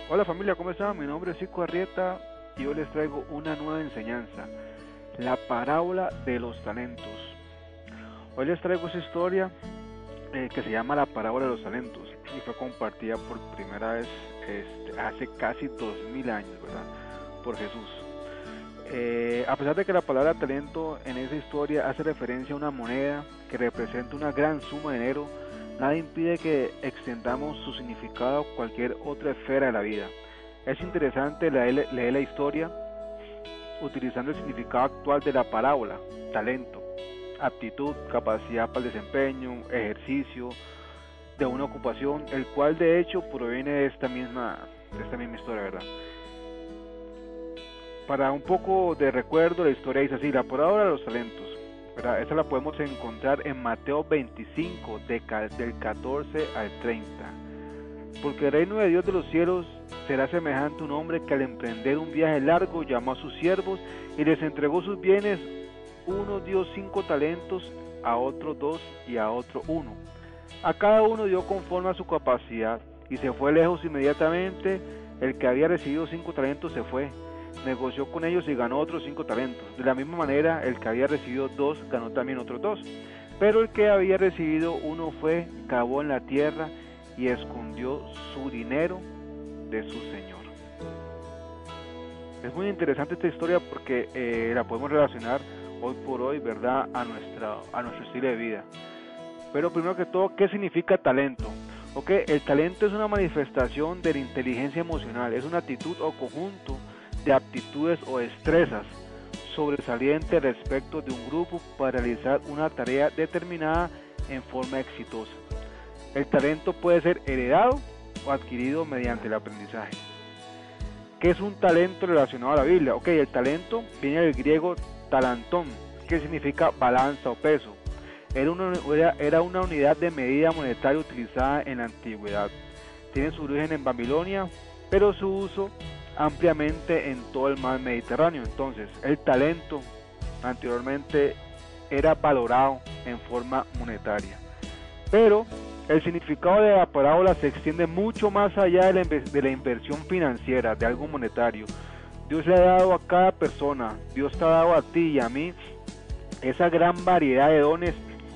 Hola familia, ¿cómo están? Mi nombre es Cico Arrieta y hoy les traigo una nueva enseñanza, la parábola de los talentos. Hoy les traigo esa historia que se llama la parábola de los talentos y fue compartida por primera vez hace casi 2000 años, ¿verdad? Por Jesús. A pesar de que la palabra talento en esa historia hace referencia a una moneda que representa una gran suma de dinero, nada impide que extendamos su significado a cualquier otra esfera de la vida. Es interesante leer la historia utilizando el significado actual de la parábola: talento, aptitud, capacidad para el desempeño, ejercicio de una ocupación, el cual de hecho proviene de esta misma historia, ¿verdad? Para un poco de recuerdo, la historia dice así: la parábola de los talentos, ¿verdad? Esta la podemos encontrar en Mateo 25, del 14 al 30. Porque el reino de Dios de los cielos será semejante a un hombre que al emprender un viaje largo llamó a sus siervos y les entregó sus bienes. Uno dio 5 talentos, a otro 2 y a otro 1. A cada uno dio conforme a su capacidad y se fue lejos inmediatamente. El que había recibido 5 talentos se fue, negoció con ellos y ganó otros 5 talentos. De la misma manera, el que había recibido 2 ganó también otros 2. Pero el que había recibido 1 fue, cavó en la tierra y escondió su dinero de su señor. Es muy interesante esta historia porque la podemos relacionar hoy por hoy, ¿verdad?, a nuestro estilo de vida. Pero primero que todo, ¿qué significa talento? Okay, el talento es una manifestación de la inteligencia emocional, es una actitud o conjunto de aptitudes o destrezas sobresaliente respecto de un grupo para realizar una tarea determinada en forma exitosa. El talento puede ser heredado o adquirido mediante el aprendizaje. ¿Qué es un talento relacionado a la Biblia? Ok, el talento viene del griego talantón, que significa balanza o peso. Era una unidad de medida monetaria utilizada en la antigüedad. Tiene su origen en Babilonia, pero su uso ampliamente en todo el mar Mediterráneo. Entonces, el talento anteriormente era valorado en forma monetaria. Pero el significado de la parábola se extiende mucho más allá de la inversión financiera, de algo monetario. Dios le ha dado a cada persona, Dios te ha dado a ti y a mí esa gran variedad de dones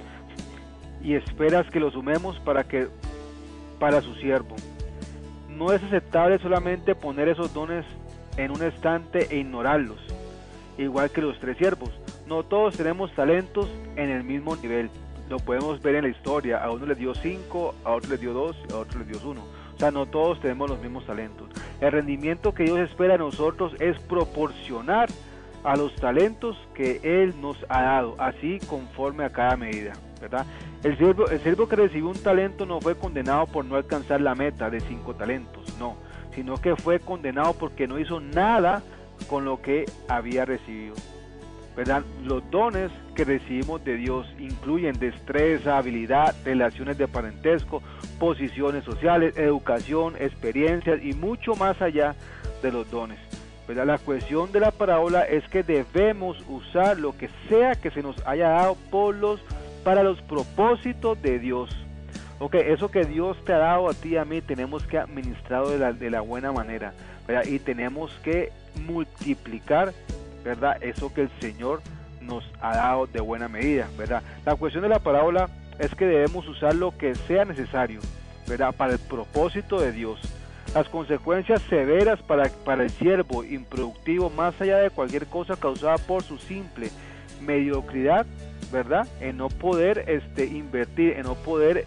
y esperas que los sumemos para su siervo. No es aceptable solamente poner esos dones en un estante e ignorarlos, igual que los 3 siervos. No todos tenemos talentos en el mismo nivel. Lo podemos ver en la historia: a uno les dio 5, a otro les dio 2, a otro les dio 1. O sea, no todos tenemos los mismos talentos. El rendimiento que Dios espera de nosotros es proporcionar a los talentos que Él nos ha dado, así conforme a cada medida, ¿verdad? El siervo que recibió un talento no fue condenado por no alcanzar la meta de 5 talentos, no, sino que fue condenado porque no hizo nada con lo que había recibido, ¿verdad? Los dones que recibimos de Dios incluyen destreza, habilidad, relaciones de parentesco, posiciones sociales, educación, experiencias y mucho más allá de los dones, ¿verdad? La cuestión de la parábola es que debemos usar lo que sea que se nos haya dado para los propósitos de Dios. Ok, eso que Dios te ha dado a ti y a mí tenemos que administrarlo de la buena manera, ¿verdad? Y tenemos que multiplicar, ¿verdad?, eso que el Señor nos ha dado de buena medida, ¿verdad? La cuestión de la parábola es que debemos usar lo que sea necesario, ¿verdad?, para el propósito de Dios. Las consecuencias severas para el siervo improductivo, más allá de cualquier cosa causada por su simple mediocridad, ¿verdad?, en no poder invertir, en no poder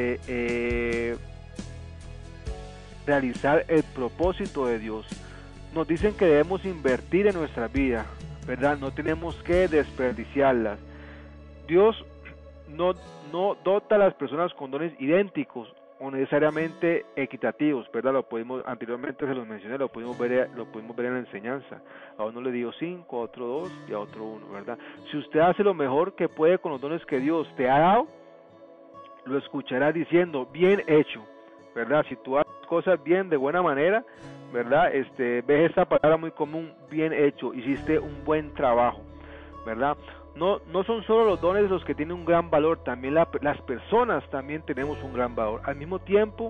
realizar el propósito de Dios. Nos dicen que debemos invertir en nuestra vida, ¿verdad? No tenemos que desperdiciarlas. Dios no dota a las personas con dones idénticos o necesariamente equitativos, ¿verdad? Anteriormente se los mencioné, lo pudimos ver en la enseñanza. A uno le dio 5, a otro 2 y a otro 1, ¿verdad? Si usted hace lo mejor que puede con los dones que Dios te ha dado, lo escuchará diciendo: bien hecho, ¿verdad? Si tú haces cosas bien, de buena manera, ¿verdad? Ves esta palabra muy común: bien hecho, hiciste un buen trabajo, ¿verdad? No son solo los dones los que tienen un gran valor, también las personas también tenemos un gran valor. Al mismo tiempo,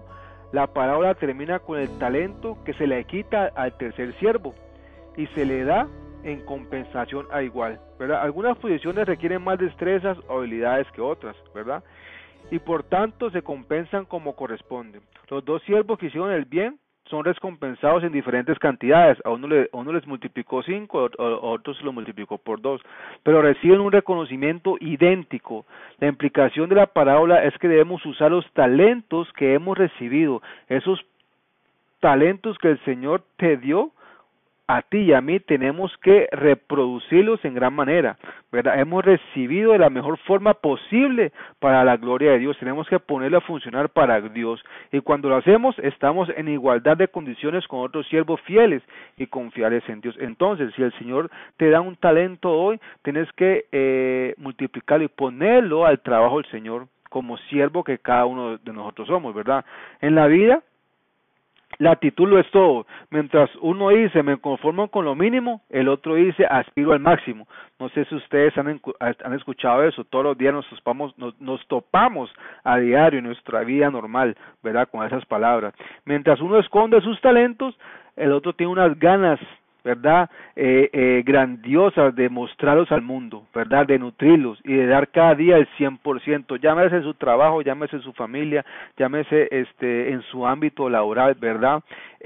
La parábola termina con el talento que se le quita al tercer siervo y se le da en compensación a igual, ¿verdad? Algunas posiciones requieren más destrezas o habilidades que otras, ¿verdad? Y por tanto se compensan como corresponde. Los dos siervos que hicieron el bien son recompensados en diferentes cantidades. A uno les multiplicó 5, a otros lo multiplicó por 2, pero reciben un reconocimiento idéntico. La implicación de la parábola es que debemos usar los talentos que hemos recibido, esos talentos que el Señor te dio a ti y a mí, tenemos que reproducirlos en gran manera, ¿verdad? Hemos recibido de la mejor forma posible para la gloria de Dios, tenemos que ponerlo a funcionar para Dios, y cuando lo hacemos, estamos en igualdad de condiciones con otros siervos fieles y confiables en Dios. Entonces, si el Señor te da un talento hoy, tienes que multiplicarlo y ponerlo al trabajo del Señor, como siervo que cada uno de nosotros somos, ¿verdad? En la vida, la actitud lo es todo. Mientras uno dice me conformo con lo mínimo, el otro dice aspiro al máximo. No sé si ustedes han escuchado eso. Todos los días nos topamos a diario en nuestra vida normal, ¿verdad? Con esas palabras. Mientras uno esconde sus talentos, el otro tiene unas ganas, ¿verdad? Grandiosas de mostrarlos al mundo, ¿verdad? De nutrirlos y de dar cada día el 100%, llámese en su trabajo, llámese en su familia, llámese en su ámbito laboral, ¿verdad?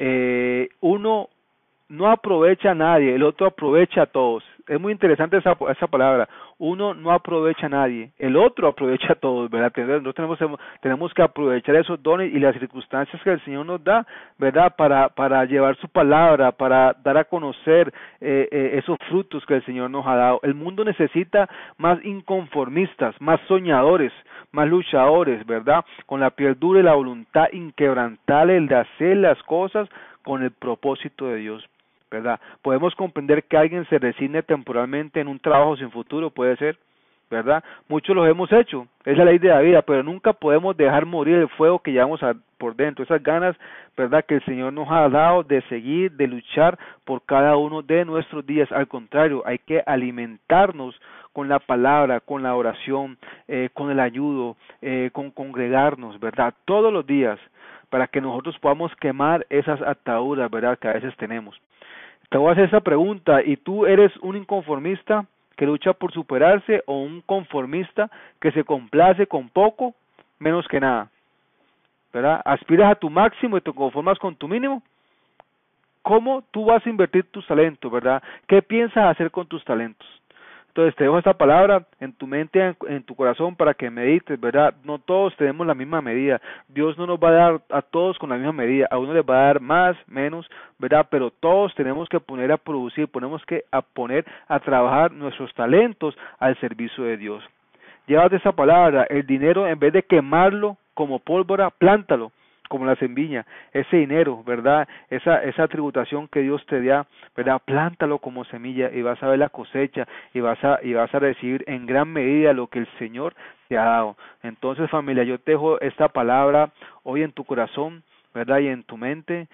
Uno no aprovecha a nadie, el otro aprovecha a todos. Es muy interesante esa palabra. Uno no aprovecha a nadie, el otro aprovecha a todos, ¿verdad? Nosotros tenemos que aprovechar esos dones y las circunstancias que el Señor nos da, ¿verdad? Para llevar su palabra, para dar a conocer esos frutos que el Señor nos ha dado. El mundo necesita más inconformistas, más soñadores, más luchadores, ¿verdad? Con la piel dura y la voluntad inquebrantable de hacer las cosas con el propósito de Dios, ¿verdad? Podemos comprender que alguien se resigne temporalmente en un trabajo sin futuro, puede ser, ¿verdad? Muchos lo hemos hecho, es la ley de la vida, pero nunca podemos dejar morir el fuego que llevamos por dentro, esas ganas, ¿verdad?, que el Señor nos ha dado de seguir, de luchar por cada uno de nuestros días. Al contrario, hay que alimentarnos con la palabra, con la oración, con el ayuno, con congregarnos, ¿verdad?, todos los días, para que nosotros podamos quemar esas ataduras, ¿verdad?, que a veces tenemos. Te voy a hacer esa pregunta, ¿y tú eres un inconformista que lucha por superarse o un conformista que se complace con poco, menos que nada? ¿Verdad? ¿Aspiras a tu máximo y te conformas con tu mínimo? ¿Cómo tú vas a invertir tus talentos, verdad? ¿Qué piensas hacer con tus talentos? Entonces te dejo esta palabra en tu mente, en tu corazón, para que medites, ¿verdad? No todos tenemos la misma medida. Dios no nos va a dar a todos con la misma medida. A uno les va a dar más, menos, ¿verdad? Pero todos tenemos que poner a producir, poner a trabajar nuestros talentos al servicio de Dios. Llévate esa palabra, el dinero, en vez de quemarlo como pólvora, plántalo como la semilla, ese dinero, ¿verdad? Esa tributación que Dios te da, ¿verdad? Plántalo como semilla y vas a ver la cosecha y vas a recibir en gran medida lo que el Señor te ha dado. Entonces, familia, yo te dejo esta palabra hoy en tu corazón, ¿verdad? Y en tu mente,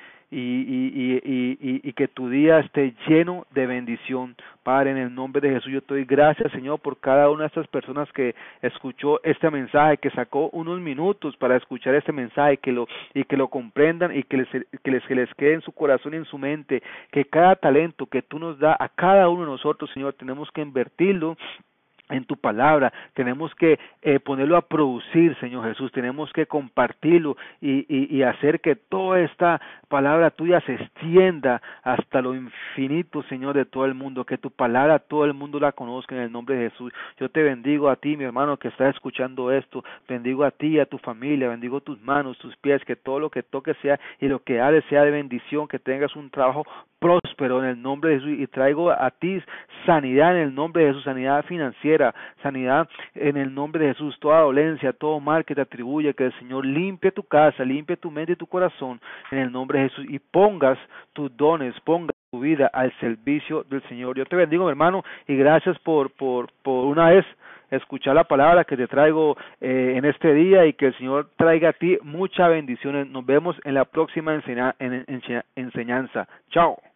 y que tu día esté lleno de bendición. Padre, en el nombre de Jesús, yo te doy gracias, Señor, por cada una de estas personas que escuchó este mensaje, que sacó unos minutos para escuchar este mensaje, que lo comprendan y que les quede en su corazón y en su mente, que cada talento que tú nos das a cada uno de nosotros, Señor, tenemos que invertirlo en tu palabra, tenemos que ponerlo a producir, Señor Jesús, tenemos que compartirlo y hacer que toda esta palabra tuya se extienda hasta lo infinito, Señor, de todo el mundo, que tu palabra todo el mundo la conozca en el nombre de Jesús. Yo te bendigo a ti, mi hermano, que estás escuchando esto, bendigo a ti y a tu familia, bendigo tus manos, tus pies, que todo lo que toques sea y lo que hagas sea de bendición, que tengas un trabajo próspero en el nombre de Jesús, y traigo a ti sanidad en el nombre de Jesús, sanidad financiera, sanidad en el nombre de Jesús, toda dolencia, todo mal que te atribuye, que el Señor limpie tu casa, limpie tu mente y tu corazón en el nombre de Jesús, y pongas tus dones, pongas tu vida al servicio del Señor. Yo te bendigo, mi hermano, y gracias por una vez escuchar la palabra que te traigo en este día, y que el Señor traiga a ti muchas bendiciones. Nos vemos en la próxima enseñanza. Chao.